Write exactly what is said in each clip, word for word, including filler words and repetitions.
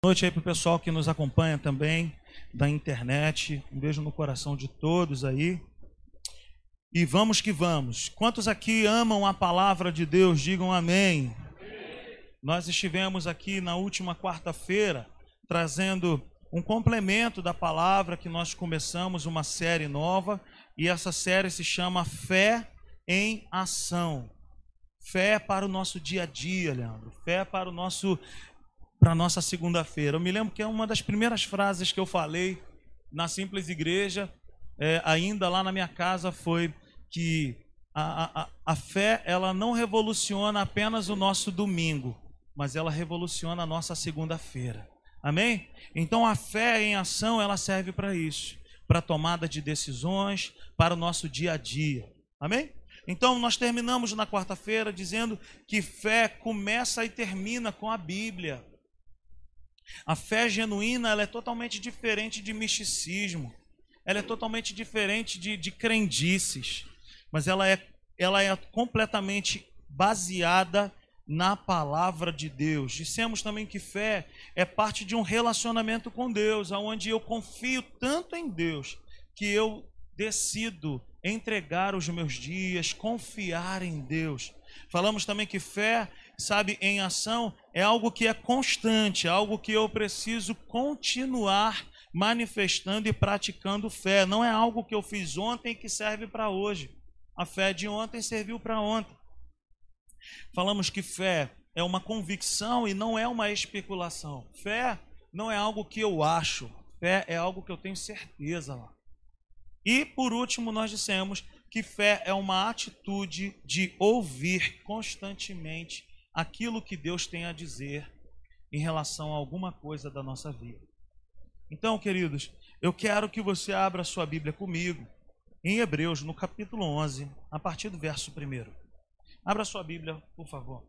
Boa noite aí para o pessoal que nos acompanha também da internet. Um beijo no coração de todos aí. E vamos que vamos. Quantos aqui amam a palavra de Deus? Digam amém. Nós estivemos aqui na última quarta-feira trazendo um complemento da palavra que nós começamos uma série nova. E essa série se chama Fé em Ação. Fé para o nosso dia a dia, Leandro. Fé para o nosso... para a nossa segunda-feira. Eu me lembro que é uma das primeiras frases que eu falei na Simples Igreja, é, ainda lá na minha casa, foi que a, a, a fé, ela não revoluciona apenas o nosso domingo, mas ela revoluciona a nossa segunda-feira. Amém? Então a fé em ação, ela serve para isso, para a tomada de decisões, para o nosso dia a dia. Amém? Então nós terminamos na quarta-feira dizendo que fé começa e termina com a Bíblia. A fé genuína, ela é totalmente diferente de misticismo, ela é totalmente diferente de, de crendices, mas ela é, ela é completamente baseada na palavra de Deus. Dissemos também que fé é parte de um relacionamento com Deus, onde eu confio tanto em Deus, que eu decido entregar os meus dias, confiar em Deus. Falamos também que fé, sabe, em ação é algo que é constante, algo que eu preciso continuar manifestando e praticando fé. Não é algo que eu fiz ontem que serve para hoje. A fé de ontem serviu para ontem. Falamos que fé é uma convicção e não é uma especulação. Fé não é algo que eu acho, fé é algo que eu tenho certeza lá. E por último nós dissemos que fé é uma atitude de ouvir constantemente aquilo que Deus tem a dizer em relação a alguma coisa da nossa vida. Então, queridos, eu quero que você abra a sua Bíblia comigo em Hebreus, no capítulo onze, a partir do verso primeiro. Abra a sua Bíblia, por favor.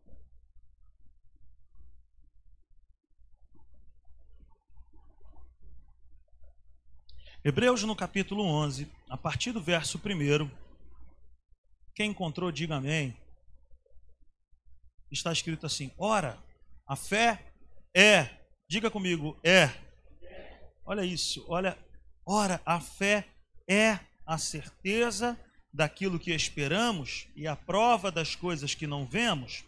Hebreus, no capítulo onze, a partir do verso primeiro. Quem encontrou, diga amém. Está escrito assim: ora, a fé é, diga comigo, é. Olha isso, olha, ora, a fé é a certeza daquilo que esperamos e a prova das coisas que não vemos.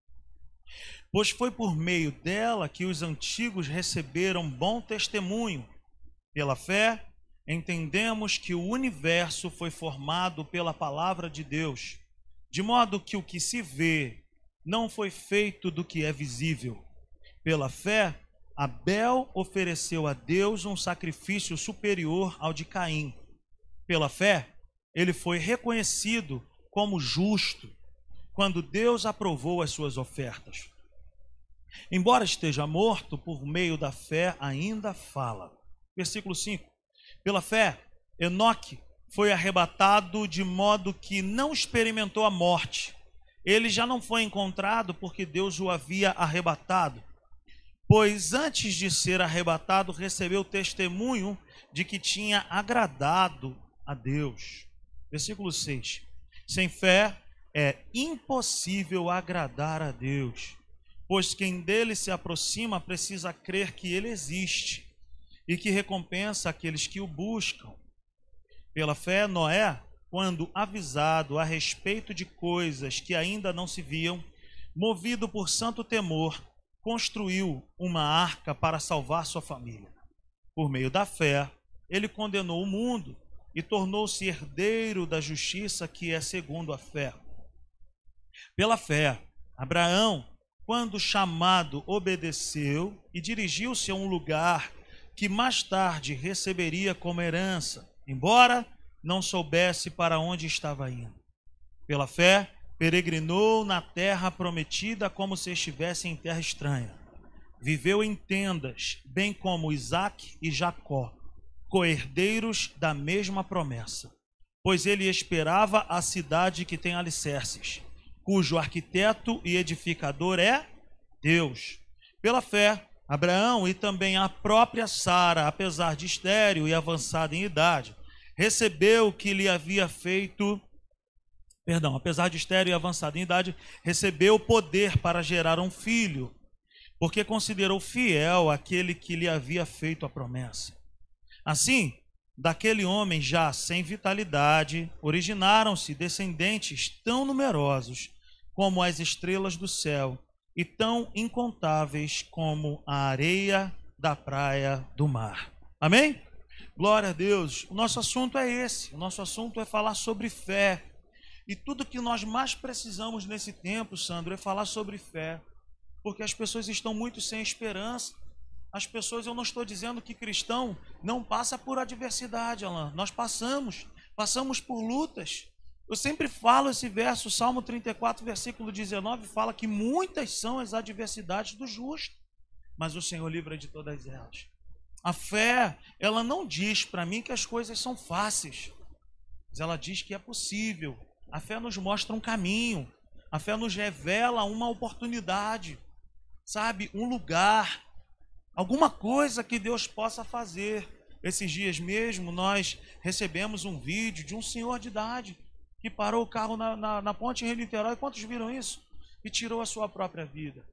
Pois foi por meio dela que os antigos receberam bom testemunho. Pela fé, entendemos que o universo foi formado pela palavra de Deus, de modo que o que se vê não foi feito do que é visível. Pela fé, Abel ofereceu a Deus um sacrifício superior ao de Caim. Pela fé, ele foi reconhecido como justo quando Deus aprovou as suas ofertas. Embora esteja morto, por meio da fé ainda fala. Versículo cinco. Pela fé, Enoque foi arrebatado de modo que não experimentou a morte. Ele já não foi encontrado porque Deus o havia arrebatado. Pois antes de ser arrebatado, recebeu testemunho de que tinha agradado a Deus. Versículo seis. Sem fé é impossível agradar a Deus, pois quem dele se aproxima precisa crer que ele existe e que recompensa aqueles que o buscam. Pela fé, Noé, quando avisado a respeito de coisas que ainda não se viam, movido por santo temor, construiu uma arca para salvar sua família. Por meio da fé, ele condenou o mundo e tornou-se herdeiro da justiça que é segundo a fé. Pela fé, Abraão, quando chamado, obedeceu e dirigiu-se a um lugar que mais tarde receberia como herança, embora não soubesse para onde estava indo. Pela fé, peregrinou na terra prometida como se estivesse em terra estranha. Viveu em tendas, bem como Isaque e Jacó, co-herdeiros da mesma promessa, pois ele esperava a cidade que tem alicerces, cujo arquiteto e edificador é Deus. Pela fé, Abraão e também a própria Sara, apesar de estéril e avançada em idade, recebeu o que lhe havia feito, perdão, apesar de estéril e avançada em idade, recebeu poder para gerar um filho, porque considerou fiel aquele que lhe havia feito a promessa. Assim, daquele homem já sem vitalidade, originaram-se descendentes tão numerosos como as estrelas do céu e tão incontáveis como a areia da praia do mar. Amém? Glória a Deus. O nosso assunto é esse. O nosso assunto é falar sobre fé. E tudo que nós mais precisamos nesse tempo, Sandro, é falar sobre fé. Porque as pessoas estão muito sem esperança. As pessoas, eu não estou dizendo que cristão não passa por adversidade, Alain. Nós passamos, passamos por lutas. Eu sempre falo esse verso, Salmo trinta e quatro, versículo dezenove, fala que muitas são as adversidades do justo, mas o Senhor livra de todas elas. A fé, ela não diz para mim que as coisas são fáceis, mas ela diz que é possível. A fé nos mostra um caminho, a fé nos revela uma oportunidade, sabe, um lugar, alguma coisa que Deus possa fazer. Esses dias mesmo nós recebemos um vídeo de um senhor de idade que parou o carro na, na, na ponte em Rio-Niterói. Quantos viram isso? E tirou a sua própria vida.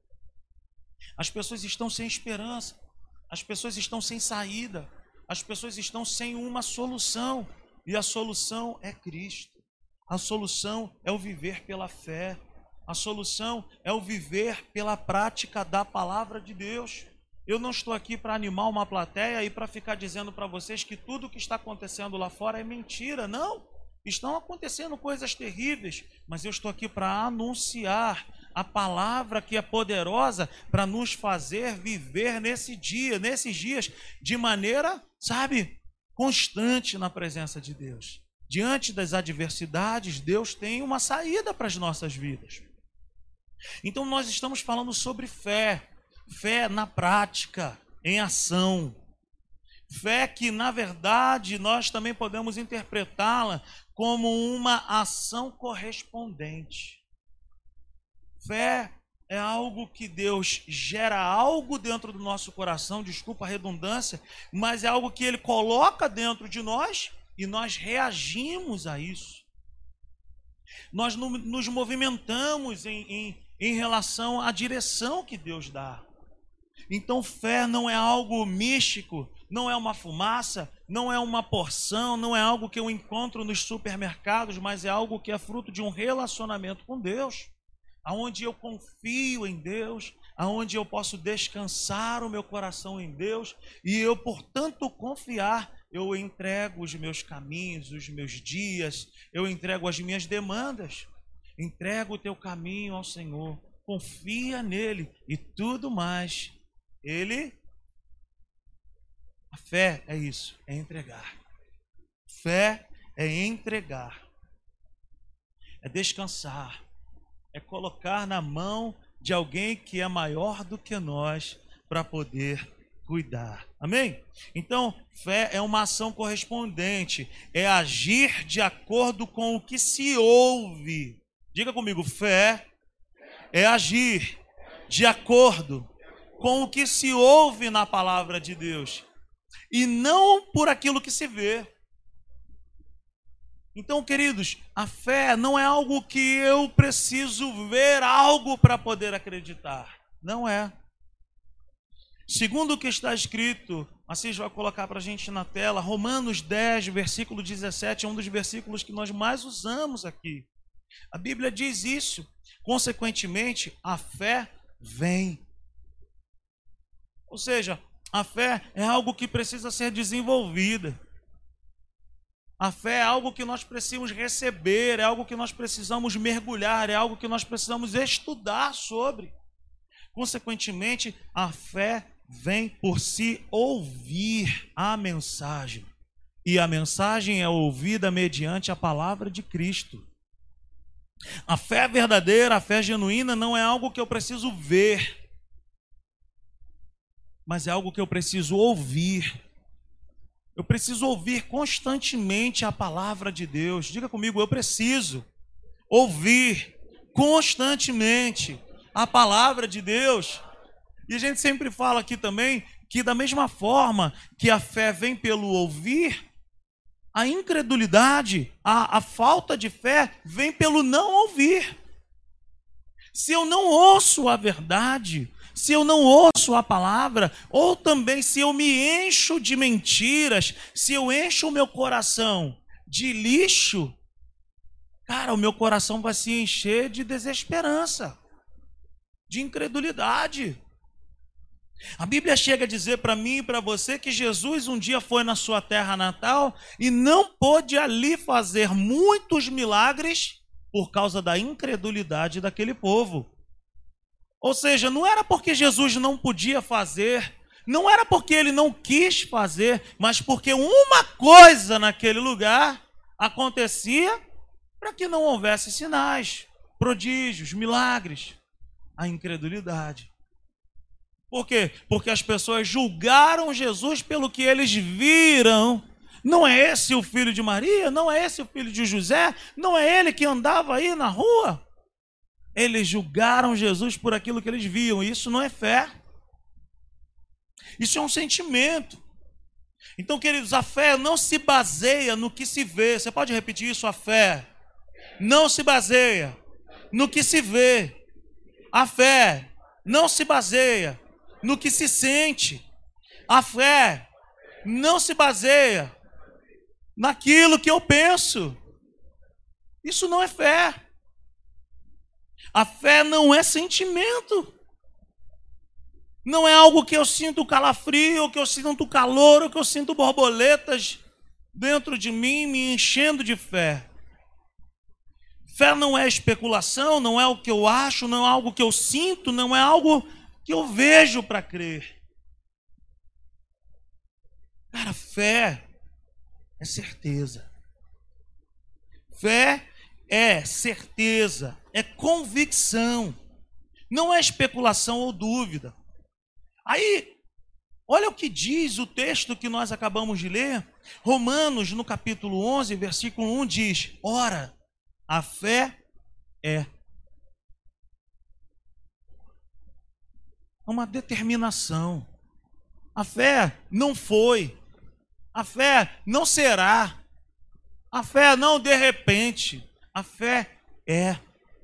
As pessoas estão sem esperança, as pessoas estão sem saída, as pessoas estão sem uma solução, e a solução é Cristo. A solução é o viver pela fé, a solução é o viver pela prática da palavra de Deus. Eu não estou aqui para animar uma plateia e para ficar dizendo para vocês que tudo que está acontecendo lá fora é mentira, não. Estão acontecendo coisas terríveis, mas eu estou aqui para anunciar a palavra que é poderosa para nos fazer viver nesse dia, nesses dias, de maneira, sabe, constante na presença de Deus. Diante das adversidades, Deus tem uma saída para as nossas vidas. Então nós estamos falando sobre fé, fé na prática, em ação. Fé que, na verdade, nós também podemos interpretá-la como uma ação correspondente. Fé é algo que Deus gera algo dentro do nosso coração, desculpa a redundância, mas é algo que Ele coloca dentro de nós e nós reagimos a isso. Nós nos movimentamos em, em, em relação à direção que Deus dá. Então, fé não é algo místico, não é uma fumaça, não é uma porção, não é algo que eu encontro nos supermercados, mas é algo que é fruto de um relacionamento com Deus, aonde eu confio em Deus, aonde eu posso descansar o meu coração em Deus, e eu, por tanto confiar, eu entrego os meus caminhos, os meus dias, eu entrego as minhas demandas, entrego o teu caminho ao Senhor, confia nele e tudo mais. Ele, a fé é isso, é entregar. Fé é entregar, é descansar, é colocar na mão de alguém que é maior do que nós para poder cuidar. Amém? Então, fé é uma ação correspondente, é agir de acordo com o que se ouve. Diga comigo, fé é agir de acordo com o que se ouve na palavra de Deus e não por aquilo que se vê. Então, queridos, a fé não é algo que eu preciso ver algo para poder acreditar. Não é. Segundo o que está escrito, Assis vai colocar para a gente na tela, Romanos dez, versículo dezessete, é um dos versículos que nós mais usamos aqui. A Bíblia diz isso. Consequentemente, a fé vem. Ou seja, a fé é algo que precisa ser desenvolvida. A fé é algo que nós precisamos receber, é algo que nós precisamos mergulhar, é algo que nós precisamos estudar sobre. Consequentemente, a fé vem por se ouvir a mensagem. E a mensagem é ouvida mediante a palavra de Cristo. A fé verdadeira, a fé genuína não é algo que eu preciso ver, mas é algo que eu preciso ouvir. Eu preciso ouvir constantemente a palavra de Deus. Diga comigo, eu preciso ouvir constantemente a palavra de Deus. E a gente sempre fala aqui também que da mesma forma que a fé vem pelo ouvir, a incredulidade, a, a falta de fé vem pelo não ouvir. Se eu não ouço a verdade, se eu não ouço a palavra, ou também se eu me encho de mentiras, se eu encho o meu coração de lixo, cara, o meu coração vai se encher de desesperança, de incredulidade. A Bíblia chega a dizer para mim e para você que Jesus um dia foi na sua terra natal e não pôde ali fazer muitos milagres por causa da incredulidade daquele povo. Ou seja, não era porque Jesus não podia fazer, não era porque ele não quis fazer, mas porque uma coisa naquele lugar acontecia para que não houvesse sinais, prodígios, milagres, a incredulidade. Por quê? Porque as pessoas julgaram Jesus pelo que eles viram. Não é esse o filho de Maria? Não é esse o filho de José? Não é ele que andava aí na rua? Eles julgaram Jesus por aquilo que eles viam. Isso não é fé. Isso é um sentimento. Então, queridos, a fé não se baseia no que se vê. Você pode repetir isso? A fé não se baseia no que se vê. A fé não se baseia no que se sente. A fé não se baseia naquilo que eu penso. Isso não é fé. A fé não é sentimento. Não é algo que eu sinto calafrio, ou que eu sinto calor, ou que eu sinto borboletas dentro de mim me enchendo de fé. Fé não é especulação, não é o que eu acho, não é algo que eu sinto, não é algo que eu vejo para crer. Cara, fé é certeza. Fé é certeza, é convicção, não é especulação ou dúvida. Aí, olha o que diz o texto que nós acabamos de ler. Romanos, no capítulo onze, versículo um, diz: ora, a fé é uma determinação. A fé não foi. A fé não será. A fé não de repente. A fé é.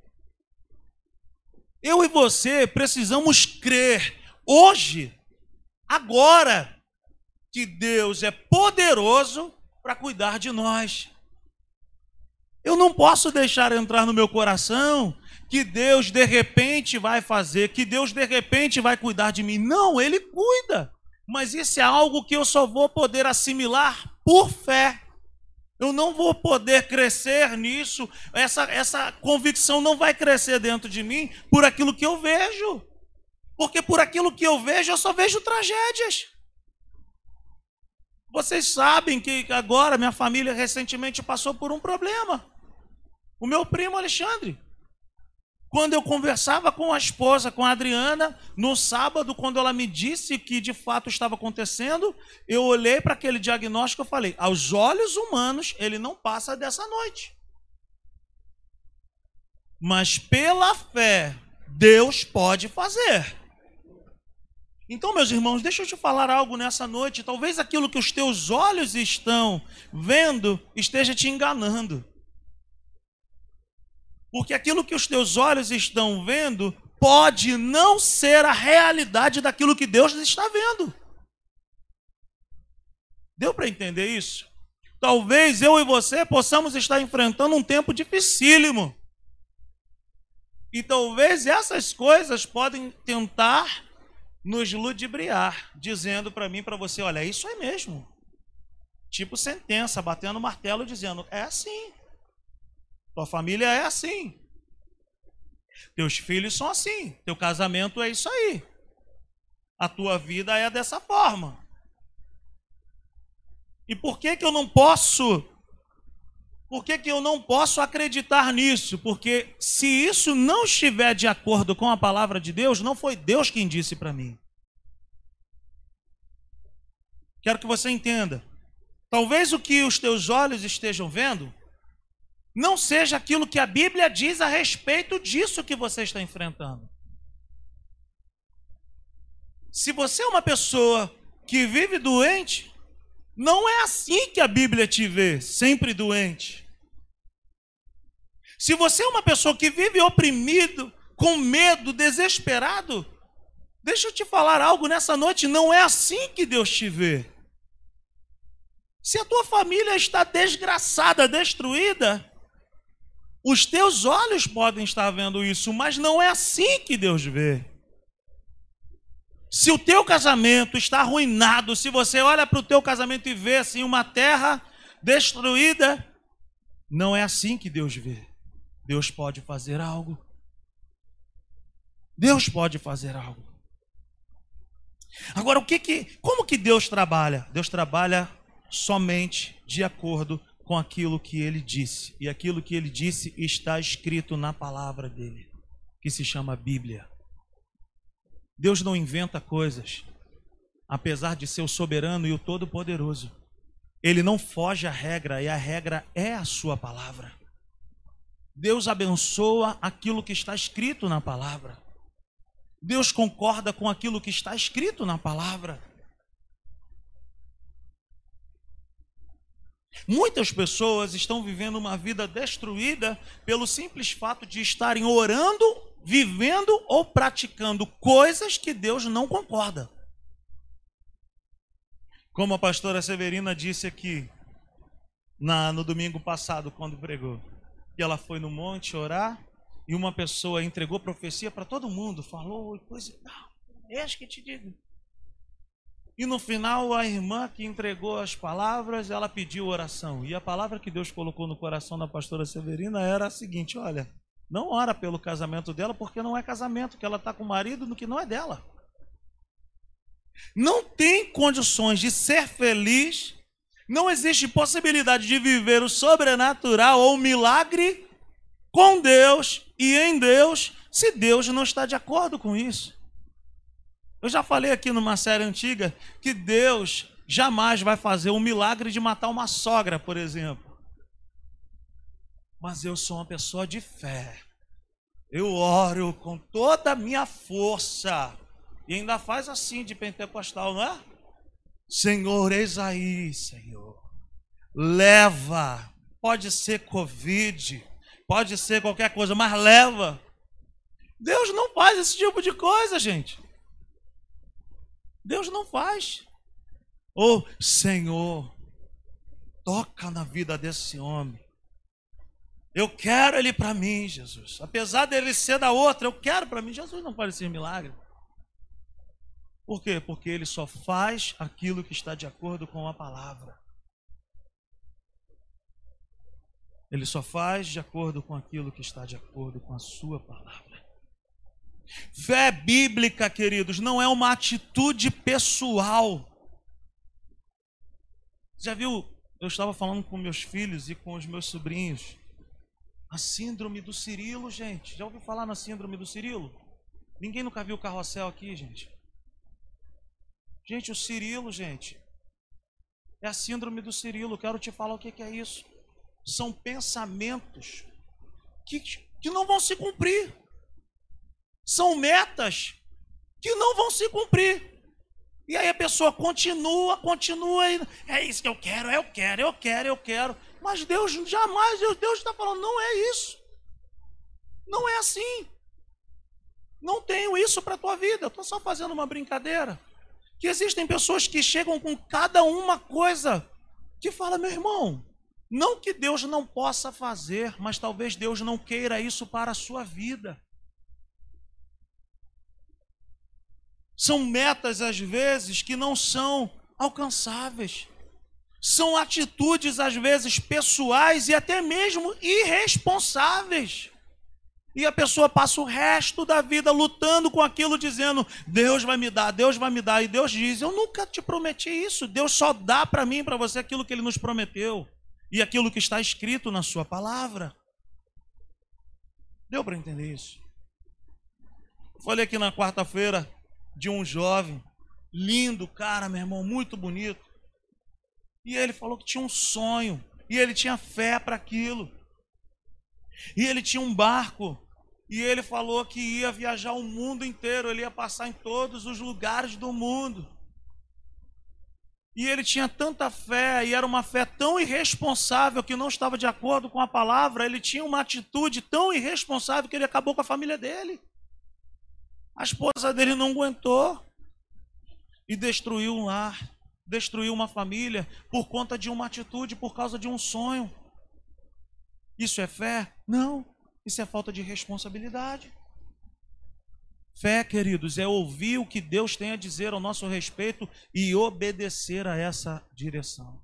Eu e você precisamos crer hoje, agora, que Deus é poderoso para cuidar de nós. Eu não posso deixar entrar no meu coração que Deus de repente vai fazer, que Deus de repente vai cuidar de mim. Não, Ele cuida. Mas isso é algo que eu só vou poder assimilar por fé. Eu não vou poder crescer nisso. Essa, essa convicção não vai crescer dentro de mim por aquilo que eu vejo. Porque por aquilo que eu vejo, eu só vejo tragédias. Vocês sabem que agora minha família recentemente passou por um problema. O meu primo Alexandre. Quando eu conversava com a esposa, com a Adriana, no sábado, quando ela me disse que de fato estava acontecendo, eu olhei para aquele diagnóstico e falei: aos olhos humanos, ele não passa dessa noite. Mas pela fé, Deus pode fazer. Então, meus irmãos, deixa eu te falar algo nessa noite. Talvez aquilo que os teus olhos estão vendo esteja te enganando. Porque aquilo que os teus olhos estão vendo pode não ser a realidade daquilo que Deus está vendo. Deu para entender isso? Talvez eu e você possamos estar enfrentando um tempo dificílimo. E talvez essas coisas podem tentar nos ludibriar, dizendo para mim, para você: olha, isso é mesmo. Tipo sentença, batendo martelo, dizendo: é assim. Tua família é assim. Teus filhos são assim. Teu casamento é isso aí. A tua vida é dessa forma. E por que que eu não posso? Por que que eu não posso acreditar nisso? Porque se isso não estiver de acordo com a palavra de Deus, não foi Deus quem disse para mim. Quero que você entenda. Talvez o que os teus olhos estejam vendo não seja aquilo que a Bíblia diz a respeito disso que você está enfrentando. Se você é uma pessoa que vive doente, não é assim que a Bíblia te vê, sempre doente. Se você é uma pessoa que vive oprimido, com medo, desesperado, Deixa eu te falar algo nessa noite, não é assim que Deus te vê. Se a tua família está desgraçada, destruída, os teus olhos podem estar vendo isso, mas não é assim que Deus vê. Se o teu casamento está arruinado, se você olha para o teu casamento e vê assim uma terra destruída, não é assim que Deus vê. Deus pode fazer algo. Deus pode fazer algo. Agora, o que que, como que Deus trabalha? Deus trabalha somente de acordo com aquilo que Ele disse. E aquilo que Ele disse está escrito na palavra dEle, que se chama Bíblia. Deus não inventa coisas, apesar de ser o soberano e o todo-poderoso. Ele não foge à regra, e a regra é a sua palavra. Deus abençoa aquilo que está escrito na palavra. Deus concorda com aquilo que está escrito na palavra. Muitas pessoas estão vivendo uma vida destruída pelo simples fato de estarem orando, vivendo ou praticando coisas que Deus não concorda. Como a pastora Severina disse aqui na, no domingo passado, quando pregou, que ela foi no monte orar e uma pessoa entregou profecia para todo mundo, falou e coisa e tal. Deixa que te digo. E no final a irmã que entregou as palavras, ela pediu oração. E a palavra que Deus colocou no coração da pastora Severina era a seguinte: olha, não ora pelo casamento dela, porque não é casamento, que ela está com o marido no que não é dela. Não tem condições de ser feliz, não existe possibilidade de viver o sobrenatural ou o milagre com Deus e em Deus, se Deus não está de acordo com isso. Eu já falei aqui numa série antiga que Deus jamais vai fazer o milagre de matar uma sogra, por exemplo. Mas eu sou uma pessoa de fé. Eu oro com toda a minha força. E ainda faz assim de pentecostal, não é? Senhor, eis aí, Senhor. Leva. Pode ser Covid, pode ser qualquer coisa, mas leva. Deus não faz esse tipo de coisa, gente. Deus não faz. Oh, Senhor, toca na vida desse homem. Eu quero ele para mim, Jesus. Apesar dele ser da outra, eu quero para mim. Jesus não faz esse milagre. Por quê? Porque ele só faz aquilo que está de acordo com a palavra. Ele só faz de acordo com aquilo que está de acordo com a sua palavra. Fé bíblica, queridos, não é uma atitude pessoal. Já viu? Eu estava falando com meus filhos e com os meus sobrinhos. A síndrome do Cirilo, gente. Já ouviu falar na síndrome do Cirilo? Ninguém nunca viu o carrossel aqui, gente. Gente, o Cirilo, gente, é a síndrome do Cirilo. Quero te falar o que é isso. São pensamentos que, que não vão se cumprir. São metas que não vão se cumprir. E aí a pessoa continua, continua, e é isso que eu quero, eu quero, eu quero, eu quero. Mas Deus jamais, Deus está falando, não é isso. Não é assim. Não tenho isso para a tua vida, eu estou só fazendo uma brincadeira. Que existem pessoas que chegam com cada uma coisa que fala, meu irmão, não que Deus não possa fazer, mas talvez Deus não queira isso para a sua vida. São metas, às vezes, que não são alcançáveis. São atitudes, às vezes, pessoais e até mesmo irresponsáveis. E a pessoa passa o resto da vida lutando com aquilo, dizendo, Deus vai me dar, Deus vai me dar. E Deus diz, eu nunca te prometi isso. Deus só dá para mim e para você aquilo que Ele nos prometeu. E aquilo que está escrito na sua palavra. Deu para entender isso? Eu falei aqui na quarta-feira de um jovem, lindo, cara, meu irmão, muito bonito. E ele falou que tinha um sonho. E ele tinha fé para aquilo. E ele tinha um barco. E ele falou que ia viajar o mundo inteiro. Ele ia passar em todos os lugares do mundo. E ele tinha tanta fé. E era uma fé tão irresponsável que não estava de acordo com a palavra. Ele tinha uma atitude tão irresponsável que ele acabou com a família dele. A esposa dele não aguentou e destruiu um lar, destruiu uma família por conta de uma atitude, por causa de um sonho. Isso é fé? Não. Isso é falta de responsabilidade. Fé, queridos, é ouvir o que Deus tem a dizer ao nosso respeito e obedecer a essa direção.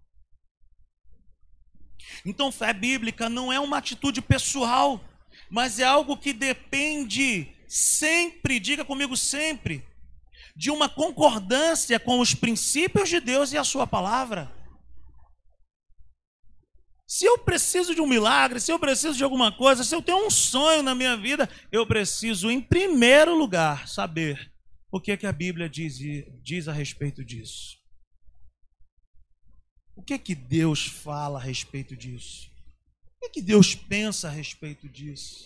Então, fé bíblica não é uma atitude pessoal, mas é algo que depende sempre, diga comigo sempre, de uma concordância com os princípios de Deus e a sua palavra. Se eu preciso de um milagre, se eu preciso de alguma coisa, se eu tenho um sonho na minha vida, eu preciso, em primeiro lugar, saber o que é que a Bíblia diz, diz a respeito disso. O que é que Deus fala a respeito disso? O que é que Deus pensa a respeito disso?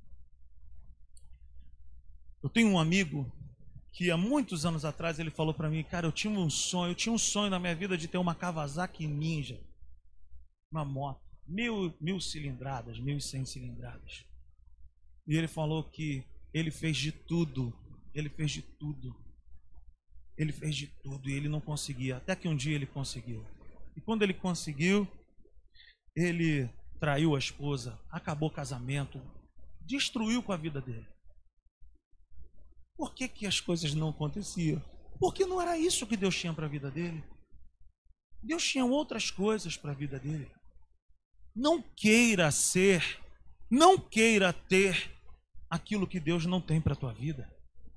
Eu tenho um amigo que há muitos anos atrás ele falou para mim, cara, eu tinha um sonho, eu tinha um sonho na minha vida de ter uma Kawasaki Ninja, uma moto, mil, mil cilindradas, mil e cem cilindradas. E ele falou que ele fez de tudo, ele fez de tudo, ele fez de tudo e ele não conseguia, até que um dia ele conseguiu. E quando ele conseguiu, ele traiu a esposa, acabou o casamento, destruiu com a vida dele. Por que que as coisas não aconteciam? Porque não era isso que Deus tinha para a vida dele. Deus tinha outras coisas para a vida dele. Não queira ser, não queira ter aquilo que Deus não tem para a tua vida.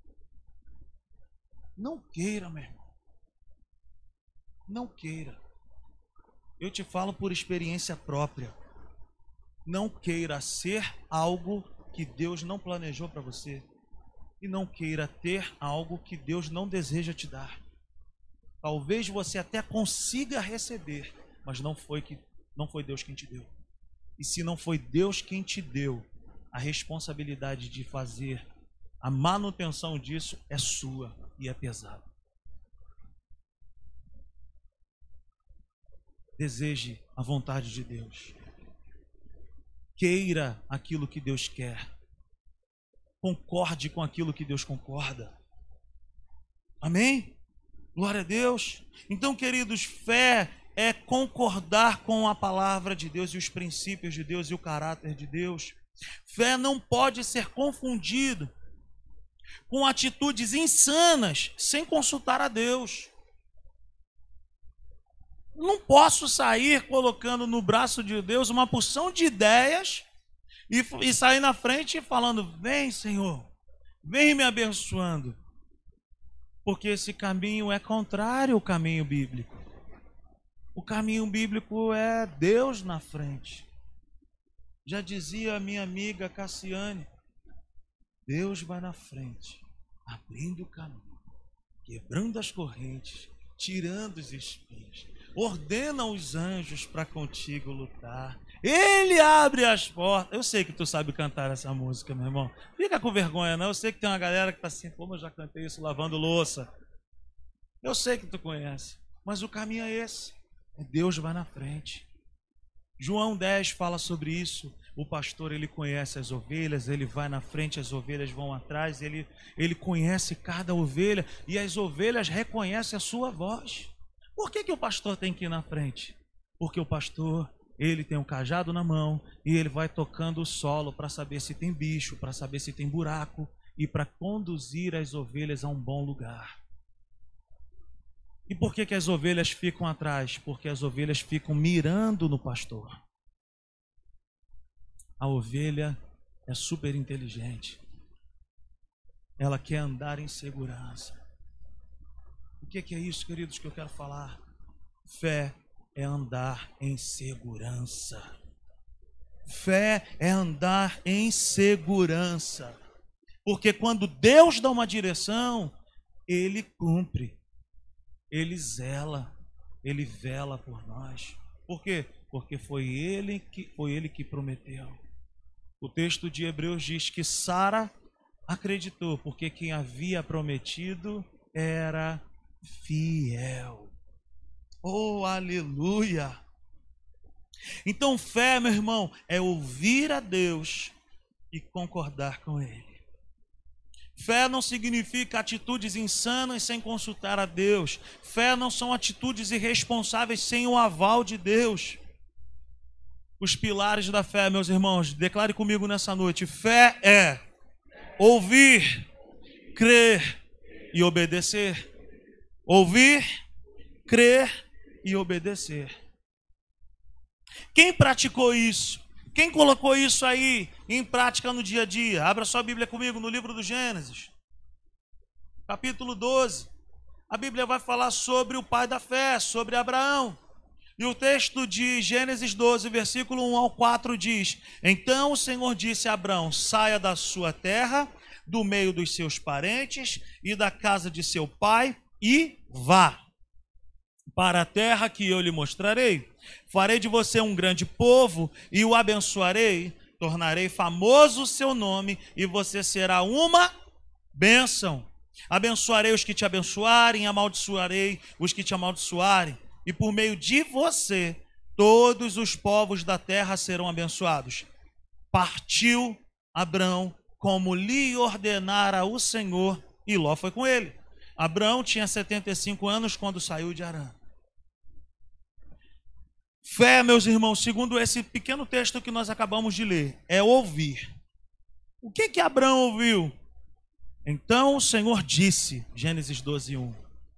Não queira, meu irmão. Não queira. Eu te falo por experiência própria. Não queira ser algo que Deus não planejou para você. E não queira ter algo que Deus não deseja te dar. Talvez você até consiga receber, mas não foi, que, não foi Deus quem te deu. E se não foi Deus quem te deu, a responsabilidade de fazer a manutenção disso é sua e é pesada. Deseje a vontade de Deus. Queira aquilo que Deus quer. Concorde com aquilo que Deus concorda. Amém? Glória a Deus. Então, queridos, fé é concordar com a palavra de Deus e os princípios de Deus e o caráter de Deus. Fé não pode ser confundido com atitudes insanas sem consultar a Deus. Não posso sair colocando no braço de Deus uma porção de ideias e, e sair na frente falando, vem Senhor, vem me abençoando. Porque esse caminho é contrário ao caminho bíblico. O caminho bíblico é Deus na frente. Já dizia a minha amiga Cassiane, Deus vai na frente, abrindo o caminho, quebrando as correntes, tirando os espinhos, ordena os anjos para contigo lutar. Ele abre as portas. Eu sei que tu sabe cantar essa música, meu irmão. Fica com vergonha, não. Eu sei que tem uma galera que está assim, como eu já cantei isso lavando louça. Eu sei que tu conhece, mas o caminho é esse. Deus vai na frente. João dez fala sobre isso. O pastor, ele conhece as ovelhas, ele vai na frente, as ovelhas vão atrás, ele, ele conhece cada ovelha e as ovelhas reconhecem a sua voz. Por que que o pastor tem que ir na frente? Porque o pastor, ele tem um cajado na mão e ele vai tocando o solo para saber se tem bicho, para saber se tem buraco e para conduzir as ovelhas a um bom lugar. E por que que as ovelhas ficam atrás? Porque as ovelhas ficam mirando no pastor. A ovelha é super inteligente. Ela quer andar em segurança. O que que é isso, queridos, que eu quero falar? Fé é andar em segurança. Fé é andar em segurança. Porque quando Deus dá uma direção, Ele cumpre. Ele zela, Ele vela por nós. Por quê? Porque foi Ele que, foi Ele que prometeu. O texto de Hebreus diz que Sara acreditou, porque quem havia prometido era fiel. Oh, aleluia! Então fé, meu irmão, é ouvir a Deus e concordar com Ele. Fé não significa atitudes insanas sem consultar a Deus. Fé não são atitudes irresponsáveis sem o aval de Deus. Os pilares da fé, meus irmãos, declare comigo nessa noite. Fé é ouvir, crer e obedecer. Ouvir, crer e obedecer. Quem praticou isso? Quem colocou isso aí em prática no dia a dia? Abra sua Bíblia comigo no livro do Gênesis, capítulo doze. A Bíblia vai falar sobre o pai da fé, sobre Abraão. E o texto de Gênesis doze, versículo um ao quatro diz: Então o Senhor disse a Abraão: saia da sua terra, do meio dos seus parentes e da casa de seu pai, e vá para a terra que eu lhe mostrarei. Farei de você um grande povo e o abençoarei, tornarei famoso o seu nome e você será uma bênção. Abençoarei os que te abençoarem, amaldiçoarei os que te amaldiçoarem, e por meio de você todos os povos da terra serão abençoados. Partiu Abrão como lhe ordenara o Senhor, e Ló foi com ele. Abrão tinha setenta e cinco anos quando saiu de Harã. Fé, meus irmãos, segundo esse pequeno texto que nós acabamos de ler, é ouvir. O que que Abrão ouviu? Então o Senhor disse, Gênesis doze, um.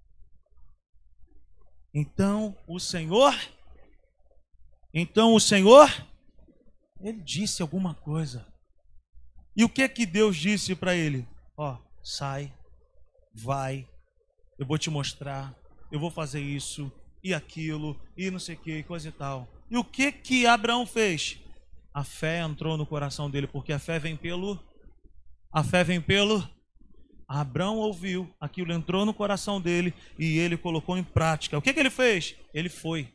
Então o Senhor, então o Senhor, ele disse alguma coisa. E o que que Deus disse para ele? Ó, sai, vai, eu vou te mostrar, eu vou fazer isso e aquilo, e não sei o que, coisa e tal. E o que que Abraão fez? A fé entrou no coração dele, porque a fé vem pelo... A fé vem pelo... Abraão ouviu, aquilo entrou no coração dele e ele colocou em prática. O que que ele fez? Ele foi.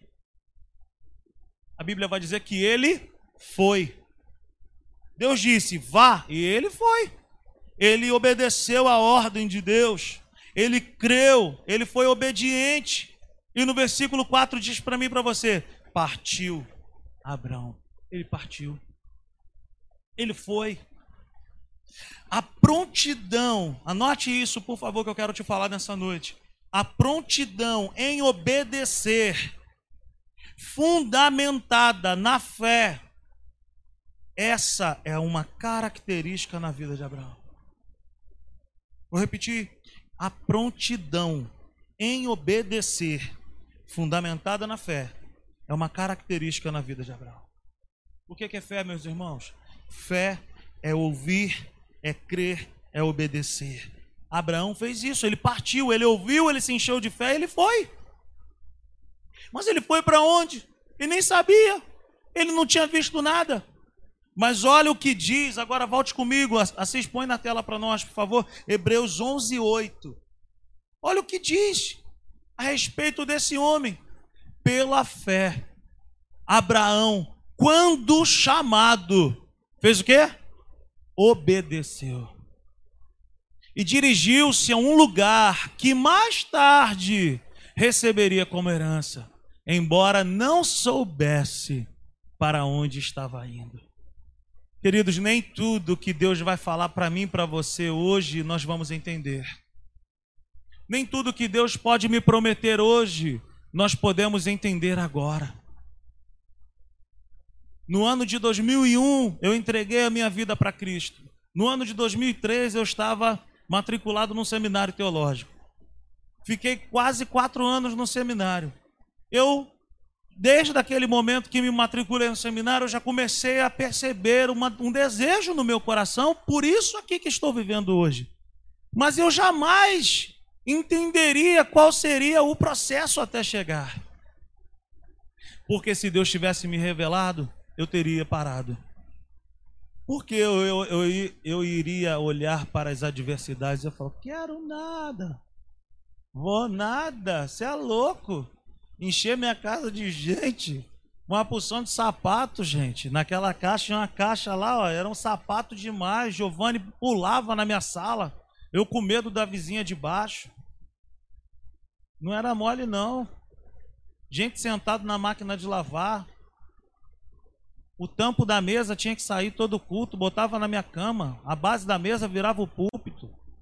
A Bíblia vai dizer que ele foi. Deus disse, vá, e ele foi. Ele obedeceu a ordem de Deus. Ele creu, ele foi obediente. E no versículo quatro diz para mim e para você, partiu Abraão. Ele partiu. Ele foi. A prontidão, anote isso por favor que eu quero te falar nessa noite. A prontidão em obedecer, fundamentada na fé, essa é uma característica na vida de Abraão. Vou repetir. A prontidão em obedecer, fundamentada na fé, é uma característica na vida de Abraão. O que é fé, meus irmãos? Fé é ouvir, é crer, é obedecer. Abraão fez isso, ele partiu, ele ouviu, ele se encheu de fé, ele foi. Mas ele foi para onde? Ele nem sabia, ele não tinha visto nada. Mas olha o que diz, agora volte comigo, Assis, põe na tela para nós, por favor, Hebreus onze, oito. Olha o que diz a respeito desse homem. Pela fé, Abraão, quando chamado, fez o quê? Obedeceu. E dirigiu-se a um lugar que mais tarde receberia como herança, embora não soubesse para onde estava indo. Queridos, nem tudo que Deus vai falar para mim e para você hoje nós vamos entender. Nem tudo que Deus pode me prometer hoje nós podemos entender agora. No ano de dois mil e um, eu entreguei a minha vida para Cristo. No ano de dois mil e três, eu estava matriculado num seminário teológico. Fiquei quase quatro anos no seminário. Eu, desde aquele momento que me matriculei no seminário, eu já comecei a perceber uma, um desejo no meu coração, por isso aqui que estou vivendo hoje. Mas eu jamais entenderia qual seria o processo até chegar. Porque se Deus tivesse me revelado, eu teria parado. Porque eu, eu, eu, eu iria olhar para as adversidades e eu falo, quero nada, vou nada, você é louco. Encher minha casa de gente, uma porção de sapato, gente. Naquela caixa, tinha uma caixa lá, ó, era um sapato demais. Giovanni pulava na minha sala, eu com medo da vizinha de baixo. Não era mole, não. Gente sentado na máquina de lavar. O tampo da mesa tinha que sair todo culto, botava na minha cama. A base da mesa virava o púlpito.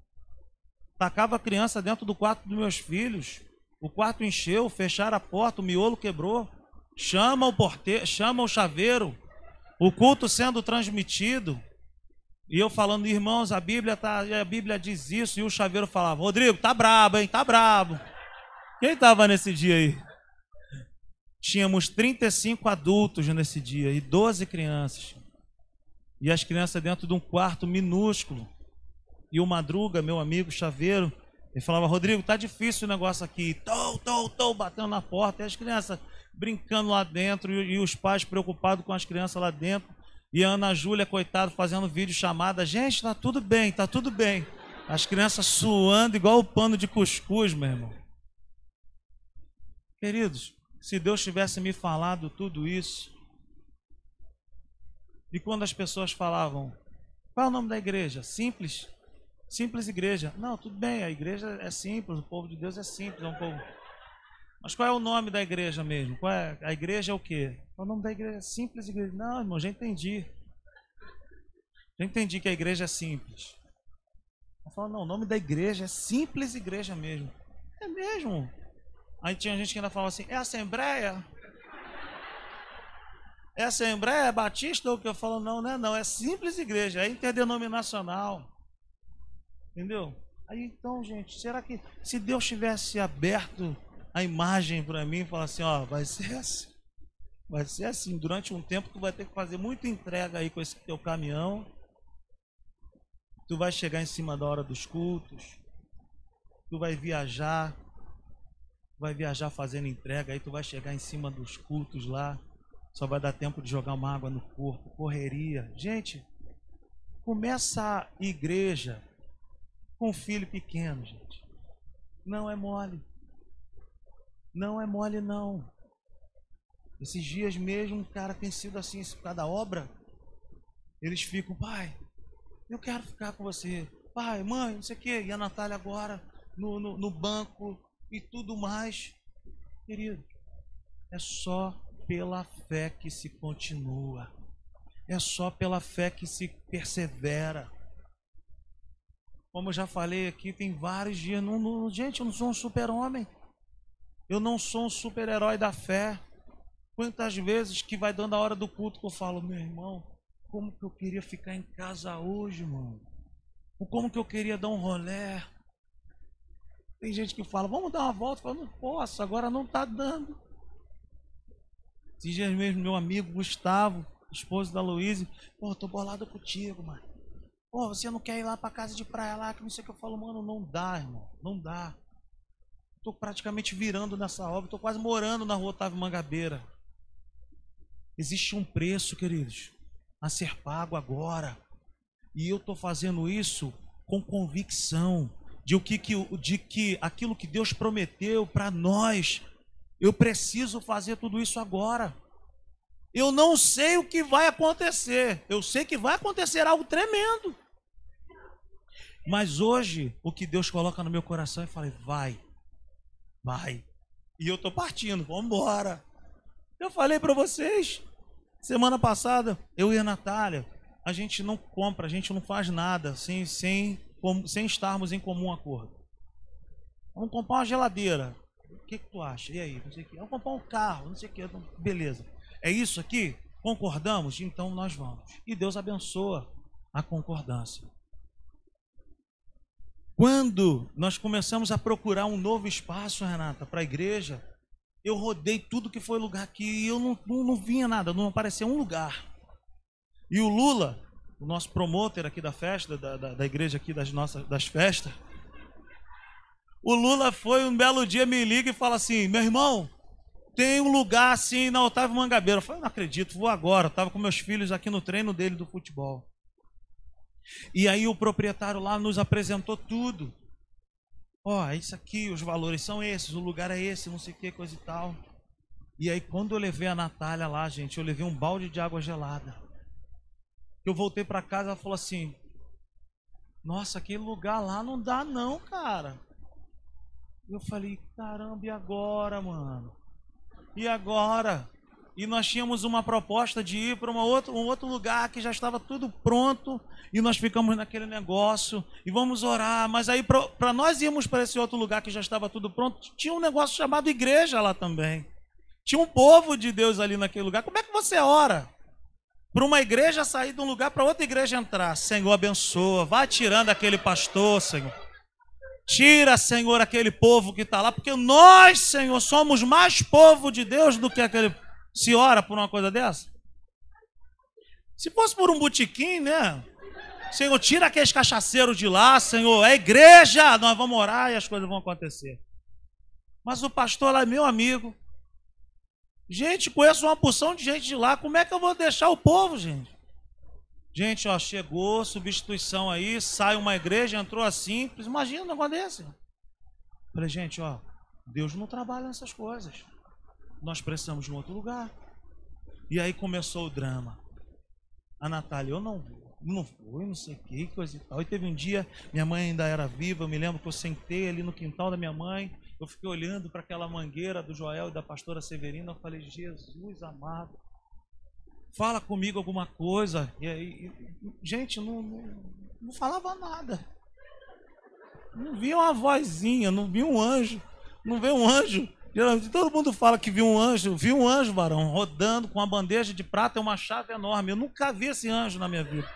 tacava a criança dentro do quarto dos meus filhos. O quarto encheu, fecharam a porta, o miolo quebrou. Chama o porteiro, chama o chaveiro. O culto sendo transmitido. E eu falando, irmãos, a Bíblia, tá, a Bíblia diz isso. E o chaveiro falava, Rodrigo, tá brabo, hein? Tá brabo. Quem estava nesse dia aí? Tínhamos trinta e cinco adultos nesse dia e doze crianças. E as crianças dentro de um quarto minúsculo. E o Madruga, meu amigo chaveiro, ele falava, Rodrigo, tá difícil o negócio aqui. Tô, tô, tô, batendo na porta. E as crianças brincando lá dentro e, e os pais preocupados com as crianças lá dentro. E a Ana Júlia, coitada, fazendo vídeo chamada. Gente, tá tudo bem, tá tudo bem. As crianças suando igual o pano de cuscuz, meu irmão. Queridos, se Deus tivesse me falado tudo isso, e quando as pessoas falavam, qual é o nome da igreja? Simples, simples igreja. Não, tudo bem, a igreja é simples, o povo de Deus é simples, é um povo. Mas qual é o nome da igreja mesmo? Qual é? A igreja é o quê? Qual é o nome da igreja? Simples igreja. Não, irmão, já entendi. Já entendi que a igreja é simples. Eu falo, não, o nome da igreja é simples igreja mesmo. É mesmo. Aí tinha gente que ainda falava assim, é Assembleia? É Assembleia? É Batista? Ou que eu falo, não, não é não, é simples igreja, é interdenominacional. Entendeu? Aí então, gente, será que se Deus tivesse aberto a imagem para mim e falar assim, ó, vai ser assim, vai ser assim, durante um tempo tu vai ter que fazer muita entrega aí com esse teu caminhão, tu vai chegar em cima da hora dos cultos, tu vai viajar, vai viajar fazendo entrega, aí tu vai chegar em cima dos cultos lá, só vai dar tempo de jogar uma água no corpo, correria. Gente, começa a igreja com um filho pequeno, gente. Não é mole. Não é mole, não. Esses dias mesmo, um cara tem sido assim, por causa da obra, eles ficam, pai, eu quero ficar com você. Pai, mãe, não sei o quê. E a Natália agora no, no, no banco e tudo mais. Querido, é só pela fé que se continua. É só pela fé que se persevera. Como eu já falei aqui, tem vários dias. Não, não, gente, eu não sou um super-homem. Eu não sou um super-herói da fé. Quantas vezes que vai dando a hora do culto que eu falo, meu irmão, como que eu queria ficar em casa hoje, mano? Ou como que eu queria dar um rolê? Tem gente que fala, vamos dar uma volta. Eu falo, não posso, agora não tá dando. Esses dias mesmo, meu amigo Gustavo, esposo da Luísa, pô, tô bolado contigo, mano. Pô, você não quer ir lá pra casa de praia lá, que não sei o que eu falo, mano, não dá, irmão, não dá. Tô praticamente virando nessa obra, tô quase morando na rua Otávio Mangabeira. Existe um preço, queridos, a ser pago agora. E eu tô fazendo isso com convicção de que, de que aquilo que Deus prometeu para nós, eu preciso fazer tudo isso agora. Eu não sei o que vai acontecer. Eu sei que vai acontecer algo tremendo. Mas hoje, o que Deus coloca no meu coração, eu falei, vai, vai. E eu tô partindo, vamos embora. Eu falei para vocês, semana passada, eu e a Natália, a gente não compra, a gente não faz nada sem, sem, sem estarmos em comum acordo. Vamos comprar uma geladeira. O que, que tu acha? E aí? Não sei o que. Vamos comprar um carro, não sei o que. Beleza. É isso aqui? Concordamos? Então nós vamos. E Deus abençoa a concordância. Quando nós começamos a procurar um novo espaço, Renata, para a igreja, eu rodei tudo que foi lugar aqui e eu não, não, não vinha nada, não aparecia um lugar. E o Lula, o nosso promotor aqui da festa, da, da, da igreja aqui das nossas das festas, o Lula foi um belo dia, me liga e fala assim, meu irmão, tem um lugar assim na Otávio Mangabeira. Eu falei, não acredito, vou agora. Eu estava com meus filhos aqui no treino dele do futebol. E aí o proprietário lá nos apresentou tudo. Ó, oh, é isso aqui, os valores são esses, o lugar é esse, não sei o que, coisa e tal. E aí quando eu levei a Natália lá, gente, eu levei um balde de água gelada. Eu voltei para casa, ela falou assim, nossa, aquele lugar lá não dá não, cara. Eu falei, caramba, e agora, mano? E agora? e nós tínhamos uma proposta de ir para uma outra, um outro lugar que já estava tudo pronto, e nós ficamos naquele negócio, e vamos orar, mas aí para nós irmos para esse outro lugar que já estava tudo pronto, tinha um negócio chamado igreja lá também. Tinha um povo de Deus ali naquele lugar. Como é que você ora para uma igreja sair de um lugar para outra igreja entrar? Senhor, abençoa, vai tirando aquele pastor, Senhor. Tira, Senhor, aquele povo que está lá, porque nós, Senhor, somos mais povo de Deus do que aquele... Se ora por uma coisa dessa? Se fosse por um botequim, né? Senhor, tira aqueles cachaceiros de lá, Senhor, é igreja, nós vamos orar e as coisas vão acontecer. Mas o pastor lá é meu amigo. Gente, conheço uma porção de gente de lá, como é que eu vou deixar o povo, gente? Gente, ó, chegou, substituição aí, sai uma igreja, entrou assim, imagina um negócio desse. Falei, gente, ó, Deus não trabalha nessas coisas. Nós precisamos de um outro lugar. E aí começou o drama. A Natália, eu não vou, não fui, não sei o que, coisa e tal. E teve um dia, minha mãe ainda era viva, eu me lembro que eu sentei ali no quintal da minha mãe, eu fiquei olhando para aquela mangueira do Joel e da pastora Severina, eu falei, Jesus amado, fala comigo alguma coisa. E aí, gente, não, não, não falava nada. Não via uma vozinha, não via um anjo, não veio um anjo. Geralmente todo mundo fala que viu um anjo, viu um anjo, varão, rodando com uma bandeja de prata e uma chave enorme. Eu nunca vi esse anjo na minha vida.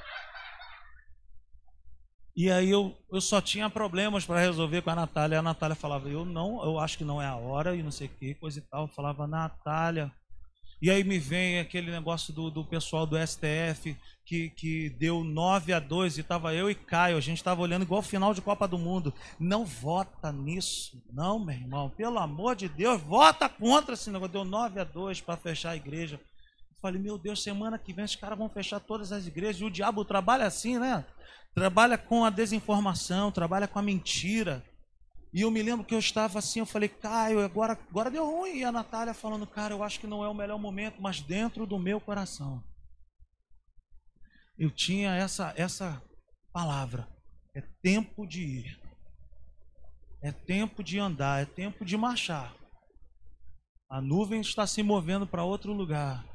E aí eu, eu só tinha problemas para resolver com a Natália. A Natália falava, eu não, eu acho que não é a hora e não sei o que, coisa e tal. Eu falava, Natália. E aí me vem aquele negócio do, do pessoal do S T F que, que deu nove a dois e estava eu e Caio, a gente estava olhando igual final de Copa do Mundo. Não vota nisso, não, meu irmão, pelo amor de Deus, vota contra esse negócio. Deu nove a dois para fechar a igreja. Eu falei, meu Deus, semana que vem os caras vão fechar todas as igrejas. E o diabo trabalha assim, né? Trabalha com a desinformação, trabalha com a mentira. E eu me lembro que eu estava assim, eu falei, Caio, agora, agora deu ruim. E a Natália falando, cara, eu acho que não é o melhor momento, mas dentro do meu coração, eu tinha essa, essa palavra, é tempo de ir, é tempo de andar, é tempo de marchar. A nuvem está se movendo para outro lugar.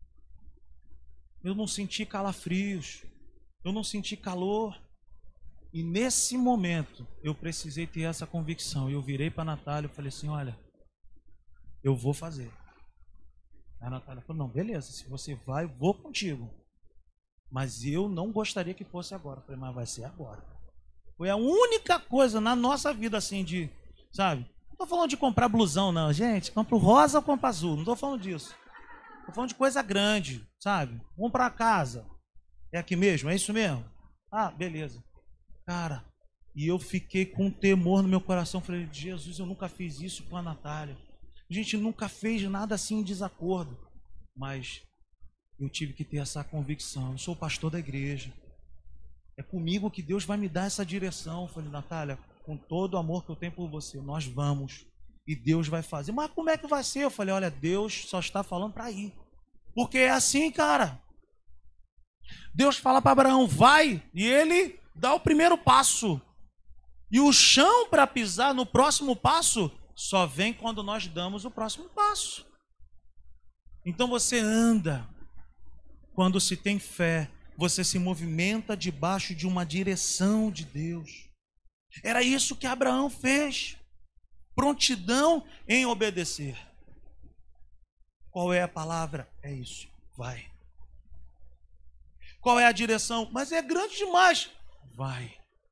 Eu não senti calafrios, eu não senti calor. E nesse momento, eu precisei ter essa convicção. Eu virei para a Natália e falei assim, olha, eu vou fazer. A Natália falou, não, beleza, se você vai, eu vou contigo. Mas eu não gostaria que fosse agora. Eu falei, mas vai ser agora. Foi a única coisa na nossa vida assim de, sabe? Não estou falando de comprar blusão, não. Gente, compro rosa ou compro azul. Não estou falando disso. Estou falando de coisa grande, sabe? Comprar casa. É aqui mesmo? É isso mesmo? Ah, beleza. Cara, e eu fiquei com um temor no meu coração. Falei, Jesus, eu nunca fiz isso com a Natália. A gente nunca fez nada assim em desacordo. Mas eu tive que ter essa convicção. Eu sou o pastor da igreja. É comigo que Deus vai me dar essa direção. Eu falei, Natália, com todo o amor que eu tenho por você, nós vamos. E Deus vai fazer. Mas como é que vai ser? Eu falei, olha, Deus só está falando para ir. Porque é assim, cara. Deus fala para Abraão, vai. E ele dá o primeiro passo. E o chão para pisar no próximo passo só vem quando nós damos o próximo passo. Então você anda. Quando se tem fé, você se movimenta debaixo de uma direção de Deus. Era isso que Abraão fez. Prontidão em obedecer. Qual é a palavra? É isso. Vai. Qual é a direção? Mas é grande demais. Vai.